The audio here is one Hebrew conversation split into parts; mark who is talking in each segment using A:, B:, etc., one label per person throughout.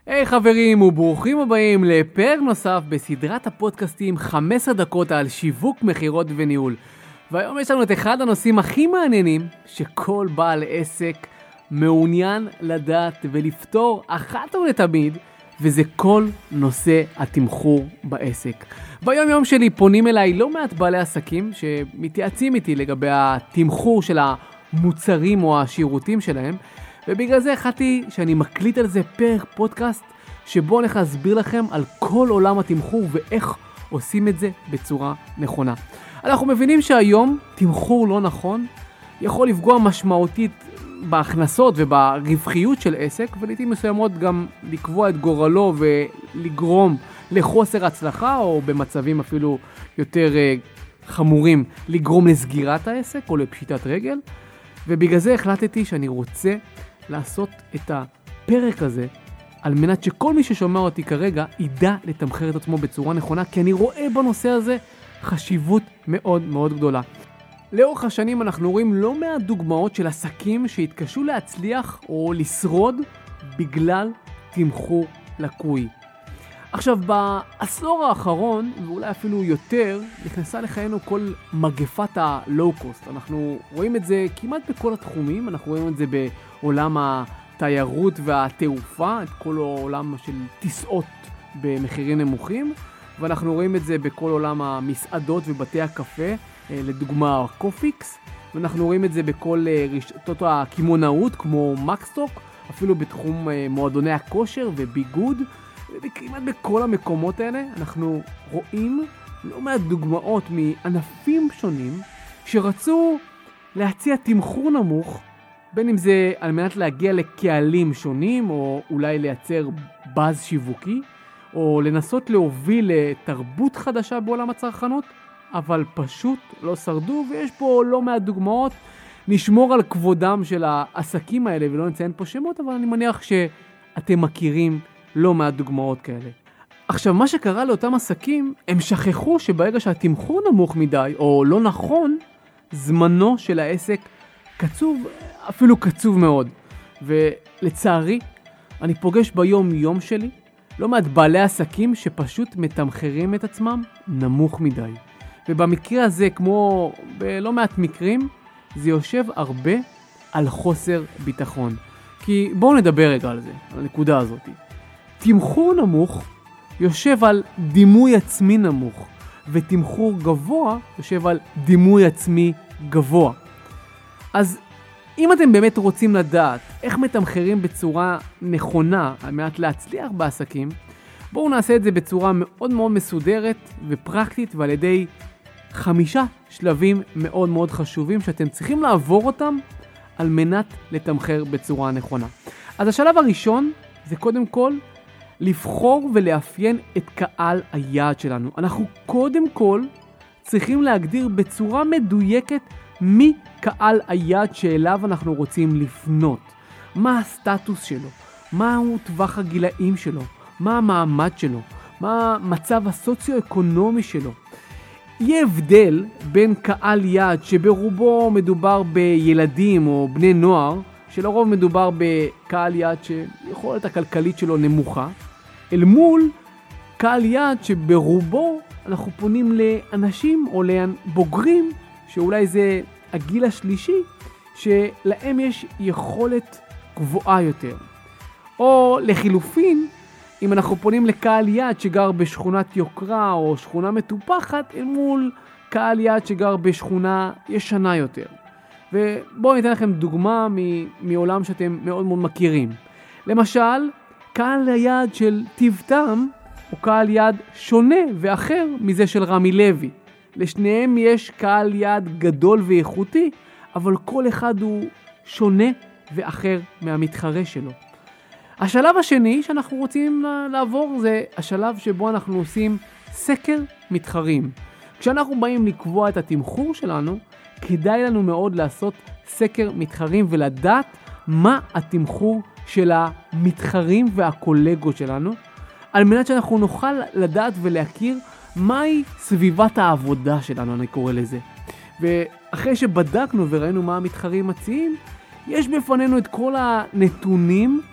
A: היי חברים וברוכים הבאים לפרק נוסף בסדרת הפודקאסטים 15 דקות על שיווק, מחירות וניהול. והיום יש לנו את אחד הנושאים הכי מעניינים שכל בעל עסק מעוניין לדעת ולפתור אחת ולתמיד, וזה כל נושא התמחור בעסק. ביום יום שלי פונים אליי לא מעט בעלי עסקים שמתייעצים איתי לגבי התמחור של המוצרים או השירותים שלהם, ובגלל זה החלטתי שאני מקליט על זה פרק פודקאסט שבו אני אסביר לכם על כל עולם התמחור ואיך עושים את זה בצורה נכונה. אנחנו מבינים שהיום תמחור לא נכון יכול לפגוע משמעותית בהכנסות וברווחיות של עסק, ולעיתים מסוימות גם לקבוע את גורלו ולגרום לחוסר הצלחה, או במצבים אפילו יותר חמורים לגרום לסגירת העסק או לפשיטת רגל. ובגלל זה החלטתי שאני רוצה לעשות את הפרק הזה על מנת שכל מי ששומע אותי כרגע ידע לתמחר את עצמו בצורה נכונה, כי אני רואה בנושא הזה חשיבות מאוד מאוד גדולה. לאורך השנים אנחנו רואים לא מעט דוגמאות של עסקים שהתקשו להצליח או לשרוד בגלל תמחור לקוי. עכשיו, בעשור האחרון, ואולי אפילו יותר, נכנסה לחיינו כל מגפת הלואו-קוסט. אנחנו רואים את זה כמעט בכל התחומים, אנחנו רואים את זה בעולם התיירות והתעופה, את כל העולם של טיסות במחירים נמוכים, ואנחנו רואים את זה בכל עולם המסעדות ובתי הקפה, לדוגמה קופיקס, ואנחנו רואים את זה בכל רשתות הכימונאות כמו מקסטוק, אפילו בתחום מועדוני הכושר וביגוד, וכמעט בכל המקומות האלה אנחנו רואים לא מעט דוגמאות מענפים שונים שרצו להציע תמחור נמוך, בין אם זה על מנת להגיע לקהלים שונים, או אולי לייצר באז שיווקי, או לנסות להוביל לתרבות חדשה בעולם הצרכנות, אבל פשוט לא שרדו, ויש פה לא מעט דוגמאות. נשמור על כבודם של העסקים האלה ולא נציין פה שמות, אבל אני מניח שאתם מכירים לא מעט דוגמאות כאלה. עכשיו, מה שקרה לאותם עסקים, הם שכחו שברגע שהתמחור נמוך מדי או לא נכון, זמנו של העסק קצוב, אפילו קצוב מאוד. ולצערי, אני פוגש ביום יום שלי לא מעט בעלי עסקים שפשוט מתמחרים את עצמם נמוך מדי. ובמקרה הזה, כמו בלא מעט מקרים, זה יושב הרבה על חוסר ביטחון. כי בואו נדבר רגע על זה, על הנקודה הזאת. תמחור נמוך יושב על דימוי עצמי נמוך, ותמחור גבוה יושב על דימוי עצמי גבוה. אז אם אתם באמת רוצים לדעת איך מתמחרים בצורה נכונה על מנת להצליח בעסקים, בואו נעשה את זה בצורה מאוד מאוד מסודרת ופרקטית, ועל ידי 5 שלבים מאוד מאוד חשובים שאתם צריכים לעבור אותם על מנת לתמחר בצורה נכונה. אז השלב הראשון זה קודם כל לבחור ולאפיין את קהל היעד שלנו. אנחנו קודם כל צריכים להגדיר בצורה מדויקת מי קהל היעד שאליו אנחנו רוצים לפנות. מה הסטטוס שלו? מהו טווח הגילאים שלו? מה המעמד שלו? מה המצב הסוציו-אקונומי שלו? יהיה הבדל בין קהל יעד שברובו מדובר בילדים או בני נוער, שלרוב מדובר בקהל יעד שיכולת הכלכלית שלו נמוכה, אל מול קהל יעד שברובו אנחנו פונים לאנשים או לבוגרים, שאולי זה הגיל השלישי, שלהם יש יכולת גבוהה יותר. או לחילופין, אם אנחנו פונים לקהל יעד שגר בשכונת יוקרה או שכונה מטופחת, אל מול קהל יעד שגר בשכונה ישנה יותר. ובואו ניתן לכם דוגמה מעולם שאתם מאוד מאוד מכירים. למשל, קהל היעד של טיבטם הוא קהל יעד שונה ואחר מזה של רמי לוי. לשניהם יש קהל יעד גדול ואיכותי, אבל כל אחד הוא שונה ואחר מהמתחרה שלו. השלב השני שאנחנו רוצים לעבור זה השלב שבו אנחנו עושים סקר מתחרים. כשאנחנו באים לקבוע את התמחור שלנו, כדאי לנו מאוד לעשות סקר מתחרים ולדעת מה התמחור של המתחרים והקולגות שלנו, על מנת שאנחנו נוכל לדעת ולהכיר מהי סביבת העבודה שלנו, אני קורא לזה. ואחרי שבדקנו וראינו מה המתחרים מציעים, יש בפנינו את כל הנתונים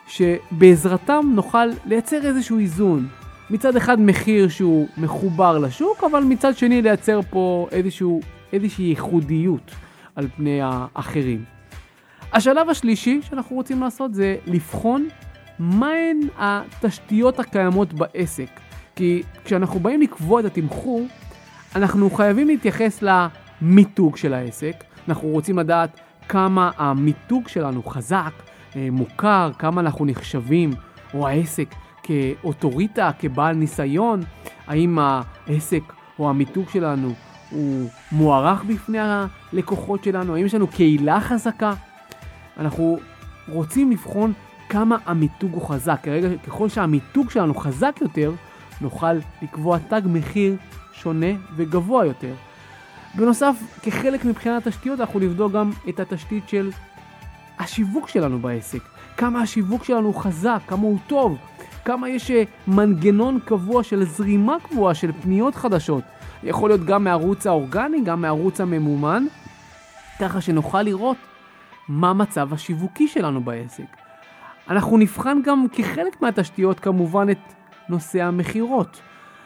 A: שבעזרתם נוכל לייצר איזשהו איזון. מצד אחד מחיר שהוא מחובר לשוק, אבל מצד שני לייצר פה איזושהי ייחודיות על פני האחרים. השלב השלישי שאנחנו רוצים לעשות זה לבחון מהן התשתיות הקיימות בעסק. כי כשאנחנו באים לקבוע את התמחור, אנחנו חייבים להתייחס למיתוג של העסק. אנחנו רוצים לדעת כמה המיתוג שלנו חזק, מוכר, כמה אנחנו נחשבים, או העסק כאוטוריטה, כבעל ניסיון, האם העסק או המיתוג שלנו הוא מוערך בפני הלקוחות שלנו, האם יש לנו קהילה חזקה. אנחנו רוצים לבחון כמה המיתוג הוא חזק. ככל שהמיתוג שלנו חזק יותר, נוכל לקבוע תג מחיר שונה וגבוה יותר. בנוסף, כחלק מבחינת התשתיות, אנחנו נבדוק גם את התשתית של השיווק שלנו בעסק. כמה השיווק שלנו חזק, כמה הוא טוב, כמה יש מנגנון קבוע של זרימה קבועה של פניות חדשות. יכול להיות גם מהערוץ האורגני, גם מהערוץ הממומן, ככה שנוכל לראות מה מצב השיווקי שלנו בעסק. אנחנו נבחן גם כחלק מהתשתיות כמובן את נושא המחירות.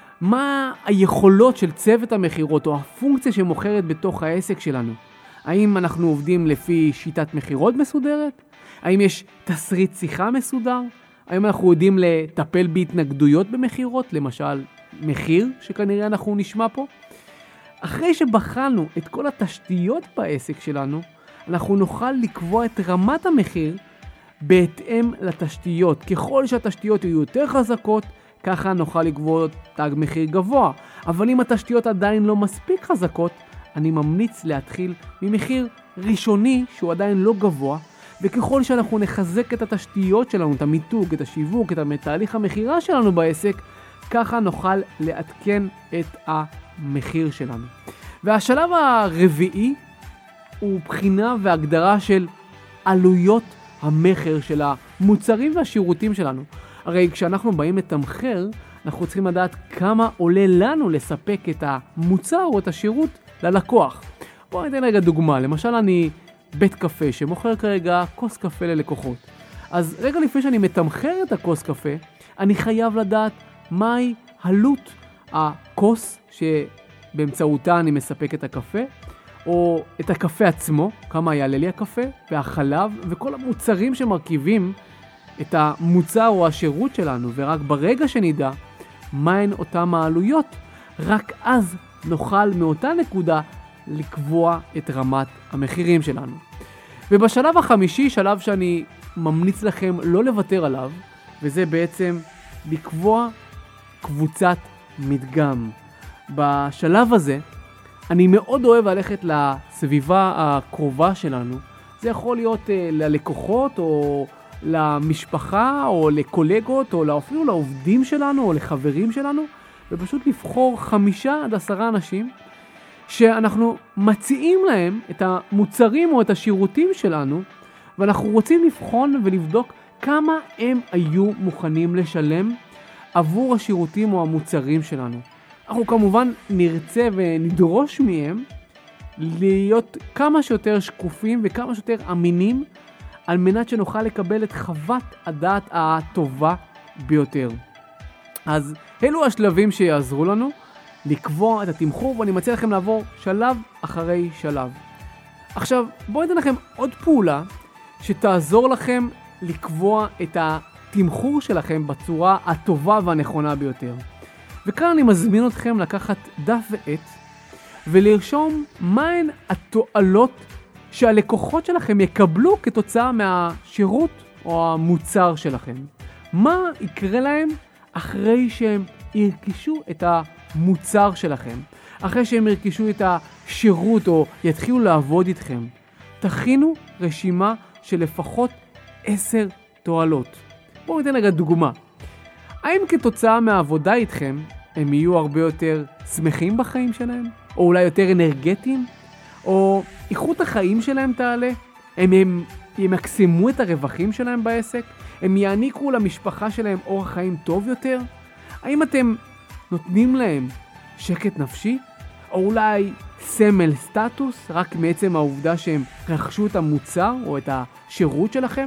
A: מה היכולות של צוות המחירות או הפונקציה שמוכרת בתוך העסק שלנו? האם אנחנו עובדים לפי שיטת מחירות מסודרת? האם יש תסריט שיחה מסודר? האם אנחנו יודעים לטפל בהתנגדויות במחירות, למשל מחיר שכנראה אנחנו נשמע פה? אחרי שבחנו את כל התשתיות בעסק שלנו, אנחנו נוכל לקבוע את רמת המחיר בהתאם לתשתיות. ככל שהתשתיות יהיו יותר חזקות, ככה נוכל לקבוע תג מחיר גבוה. אבל אם התשתיות עדיין לא מספיק חזקות, אני ממליץ להתחיל ממחיר ראשוני שהוא עדיין לא גבוה, וככל שאנחנו נחזק את התשתיות שלנו, את המיתוג, את השיווק, את תהליך המחירה שלנו בעסק, ככה נוכל לעדכן את המחיר שלנו. והשלב הרביעי הוא בחינה והגדרה של עלויות המחיר של המוצרים והשירותים שלנו. הרי כשאנחנו באים לתמחר, אנחנו צריכים לדעת כמה עולה לנו לספק את המוצר או את השירות ללקוח. בואו ניתן רגע דוגמה. למשל אני בית קפה שמוכר כרגע כוס קפה ללקוחות. אז רגע לפני שאני מתמחר את הכוס קפה, אני חייב לדעת מהי עלות הכוס שבאמצעותה אני מספק את הקפה, או את הקפה עצמו, כמה יעלה לי הקפה, והחלב, וכל המוצרים שמרכיבים את המוצר או השירות שלנו. ורק ברגע שנדע מהן אותם העלויות, רק אז נוכל מאותה נקודה לקבוע את רמת המחירים שלנו. ובשלב החמישי, שלב שאני ממליץ לכם לא לוותר עליו, וזה בעצם לקבוע קבוצת מדגם. בשלב הזה אני מאוד אוהב ללכת לסביבה הקרובה שלנו. זה יכול להיות ללקוחות או למשפחה או לקולגות או אפילו לעובדים שלנו או לחברים שלנו, ופשוט לבחור 5 עד 10 אנשים שאנחנו מציעים להם את המוצרים או את השירותים שלנו, ואנחנו רוצים לבחון ולבדוק כמה הם היו מוכנים לשלם עבור השירותים או המוצרים שלנו. אנחנו כמובן נרצה ונדרוש מהם להיות כמה שיותר שקופים וכמה שיותר אמינים, על מנת שנוכל לקבל את חוות הדעת הטובה ביותר. אז אלו השלבים שיעזרו לנו לקבוע את התמחור, ואני מציע לכם לעבור שלב אחרי שלב. עכשיו בואו ניתן לכם עוד פעולה שתעזור לכם לקבוע את התמחור שלכם בצורה הטובה והנכונה ביותר. וכאן אני מזמין אתכם לקחת דף ועט ולרשום מהן התועלות שהלקוחות שלכם יקבלו כתוצאה מהשירות או המוצר שלכם. מה יקרה להם אחרי שהם ירכשו את המוצר שלכם, אחרי שהם ירכשו את השירות או יתחילו לעבוד איתכם? תכינו רשימה של לפחות 10 תועלות. בואו ניתן רגע דוגמה. האם כתוצאה מהעבודה איתכם הם יהיו הרבה יותר שמחים בחיים שלהם? או אולי יותר אנרגטיים? או איכות החיים שלהם תעלה? הם ימקסמו את הרווחים שלהם בעסק? הם יעניקו למשפחה שלהם אורח חיים טוב יותר? האם אתם נותנים להם שקט נפשי? או אולי סמל סטטוס רק מעצם העובדה שהם רכשו את המוצר או את השירות שלכם?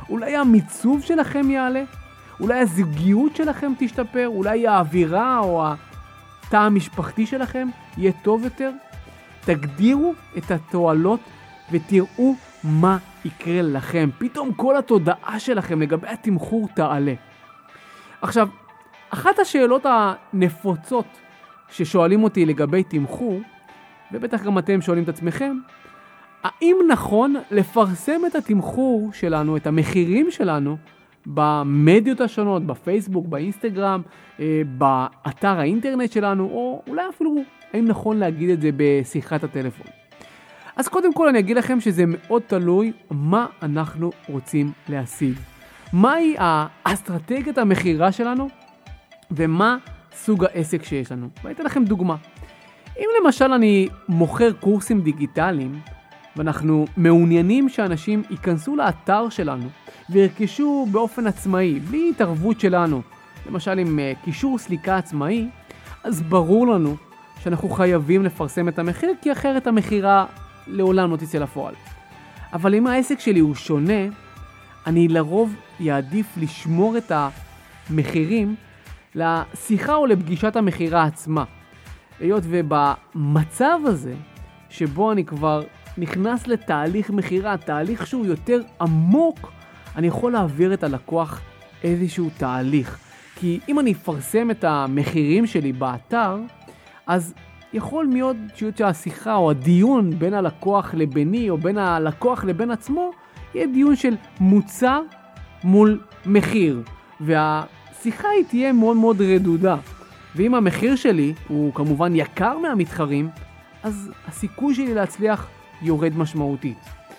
A: אולי המיצוב שלכם יעלה? אולי הזוגיות שלכם תשתפר? אולי האווירה או התא המשפחתי שלכם יהיה טוב יותר? תגדירו את התועלות ותראו מה יקרה לכם. פתאום כל התודעה שלכם לגבי התמחור תעלה. עכשיו, אחת השאלות הנפוצות ששואלים אותי לגבי תמחור, ובטח גם אתם שואלים את עצמכם, האם נכון לפרסם את התמחור שלנו, את המחירים שלנו, במדיות השונות, בפייסבוק, באינסטגרם, באתר האינטרנט שלנו, או אולי אפילו האם נכון להגיד את זה בשיחת הטלפון. אז קודם כל אני אגיד לכם שזה מאוד תלוי מה אנחנו רוצים להשיג. מהי האסטרטגיית המחירה שלנו, ומה סוג העסק שיש לנו. ואני אתן לכם דוגמה. אם למשל אני מוכר קורסים דיגיטליים, ואנחנו מעוניינים שאנשים ייכנסו לאתר שלנו, וירכשו באופן עצמאי, בלי התערבות שלנו, למשל עם קישור סליקה עצמאי, אז ברור לנו שאנחנו חייבים לפרסם את המחיר, כי אחרת המחירה לעולם לא תצא לפועל. אבל אם העסק שלי הוא שונה, אני לרוב יעדיף לשמור את המחירים לשיחה או לפגישת המחירה עצמה. היות ובמצב הזה, שבו אני כבר נכנס לתהליך מחירה, תהליך שהוא יותר עמוק, אני יכול להעביר את הלקוח איזשהו תהליך. כי אם אני אפרסם את המחירים שלי באתר, אז יכול מאוד להיות שהשיחה או הדיון בין הלקוח לביני או בין הלקוח לבין עצמו, יהיה דיון של מוצר מול מחיר. והשיחה היא תהיה מאוד מאוד רדודה. ואם המחיר שלי הוא כמובן יקר מהמתחרים, אז הסיכוי שלי להצליח יורד משמעותית.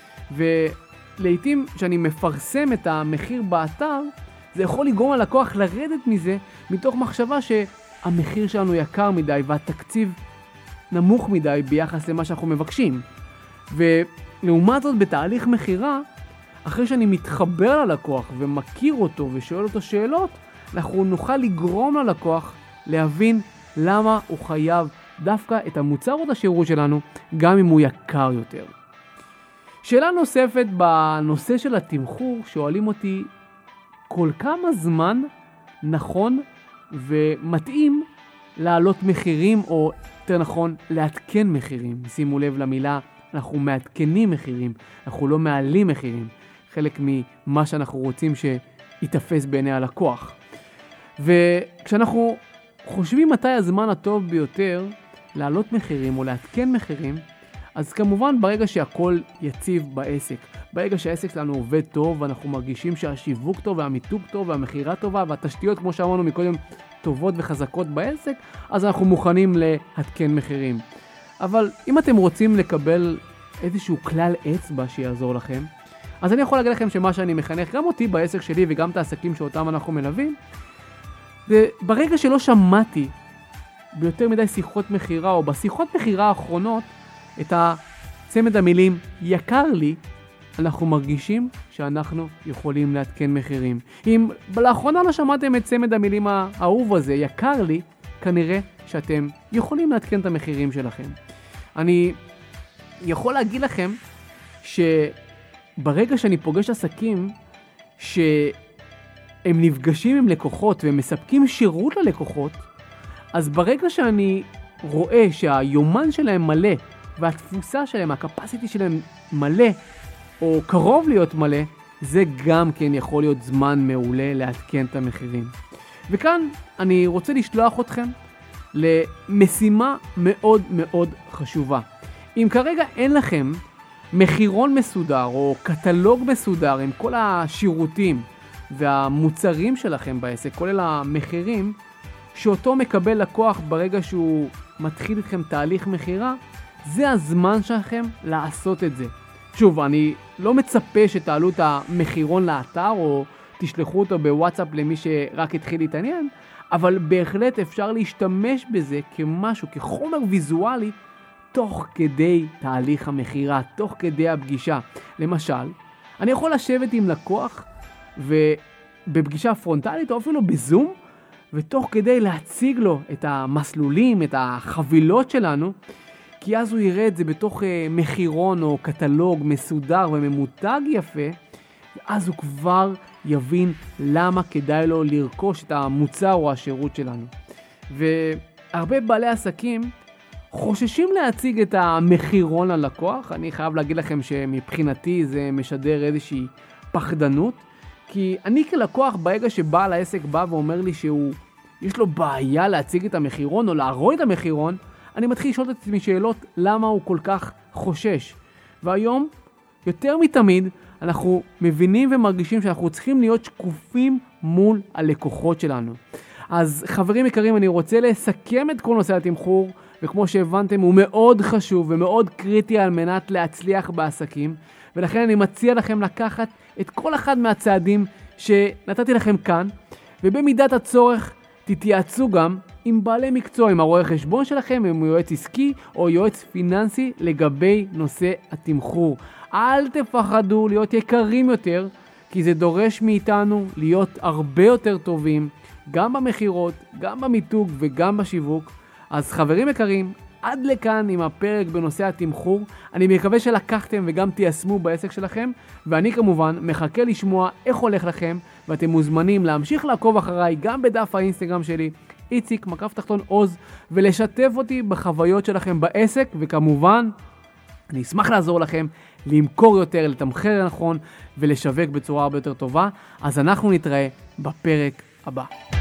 A: ולעיתים כשאני מפרסם את המחיר באתר, זה יכול לגרום ללקוח לרדת מזה, מתוך מחשבה שהמחיר שלנו יקר מדי והתקציב נמוך מדי ביחס למה שאנחנו מבקשים. ולעומת זאת בתהליך מחירה, אחרי שאני מתחבר ללקוח ומכיר אותו ושואל אותו שאלות, אנחנו נוכל לגרום ללקוח להבין למה הוא חייב דווקא את המוצר או את השירות שלנו, גם אם הוא יקר יותר. שאלה נוספת בנושא של התמחור, שואלים אותי כל כמה זמן נכון ומתאים להעלות מחירים, או יותר נכון לעדכן מחירים. שימו לב למילה, אנחנו מעדכנים מחירים, אנחנו לא מעלים מחירים. חלק ממה שאנחנו רוצים שיתפס בעיני הלקוח. וכשאנחנו חושבים מתי הזמן הטוב ביותר להעלות מחירים או לעדכן מחירים, אז כמובן ברגע שהכל יציב בעסק, ברגע שהעסק שלנו עובד טוב ואנחנו מרגישים שהשיווק טוב והמיתוג טוב והמחירה טובה והתשתיות כמו שאמרנו מקודם טובות וחזקות בעסק, אז אנחנו מוכנים לעדכן מחירים. אבל אם אתם רוצים לקבל איזשהו כלל אצבע שיעזור לכם, אז אני יכול להגיד לכם שמה שאני מחנך גם אותי בעסק שלי וגם את העסקים שאותם אנחנו מלווים, וברגע שלא שמעתי ביותר מדי שיחות מחירה או בשיחות מחירה האחרונות את צמד המילים יקר לי, אנחנו מרגישים שאנחנו יכולים לעדכן מחירים. אם לאחרונה לא שמעתם את צמד המילים האהוב הזה, יקר לי, כנראה שאתם יכולים לעדכן את המחירים שלכם. אני יכול להגיד לכם שברגע שאני פוגש עסקים שהם נפגשים עם לקוחות והם מספקים שירות ללקוחות, אז ברגע שאני רואה שהיומן שלהם מלא והתפוסה שלהם, הקפסיטי שלהם מלא או קרוב להיות מלא, זה גם כן יכול להיות זמן מעולה לעדכן את המחירים. וכאן אני רוצה לשלוח אתכם למשימה מאוד מאוד חשובה. אם כרגע אין לכם מחירון מסודר או קטלוג מסודר עם כל השירותים והמוצרים שלכם בעסק, כולל המחירים, שאותו מקבל לקוח ברגע שהוא מתחיל איתכם תהליך מחירה, זה הזמן שלכם לעשות את זה. שוב, אני לא מצפה שתעלו את המחירון לאתר או תשלחו אותו בוואטסאפ למי שרק התחיל להתעניין, אבל בהחלט אפשר להשתמש בזה כמשהו, כחומר ויזואלי, תוך כדי תהליך המחירה, תוך כדי הפגישה. למשל, אני יכול לשבת עם לקוח ובפגישה פרונטלית או אפילו בזום, ותוך כדי להציג לו את המסלולים, את החבילות שלנו, כי אז הוא יראה את זה בתוך מחירון או קטלוג מסודר וממותג יפה, ואז הוא כבר יבין למה כדאי לו לרכוש את המוצר או השירות שלנו. והרבה בעלי עסקים חוששים להציג את המחירון ללקוח. אני חייב להגיד לכם שמבחינתי זה משדר איזושהי פחדנות, כי אני כלקוח ברגע שבעל העסק בא ואומר לי יש לו בעיה להציג את המחירון או להראות את המחירון, אני מתחיל לשאול את עצמי שאלות למה הוא כל כך חושש. והיום, יותר מתמיד, אנחנו מבינים ומרגישים שאנחנו צריכים להיות שקופים מול הלקוחות שלנו. אז חברים יקרים, אני רוצה לסכם את כל נושא התמחור, וכמו שהבנתם הוא מאוד חשוב ומאוד קריטי על מנת להצליח בעסקים, ולכן אני מציע לכם לקחת את כל אחד מהצעדים שנתתי לכם כאן, ובמידת הצורך תתייעצו גם עם בעלי מקצוע, עם הרואה חשבון שלכם, עם יועץ עסקי או יועץ פיננסי לגבי נושא התמחור. אל תפחדו להיות יקרים יותר, כי זה דורש מאיתנו להיות הרבה יותר טובים, גם במחירות, גם במיתוג וגם בשיווק. אז חברים יקרים, עד לכאן עם הפרק בנושא התמחור. אני מקווה שלקחתם וגם תיישמו בעסק שלכם, ואני כמובן מחכה לשמוע איך הולך לכם, ואתם מוזמנים להמשיך לעקוב אחריי גם בדף האינסטגרם שלי, איציק_עוז, ולשתף אותי בחוויות שלכם בעסק, וכמובן אני אשמח לעזור לכם למכור יותר, לתמחר נכון ולשווק בצורה הרבה יותר טובה. אז אנחנו נתראה בפרק הבא.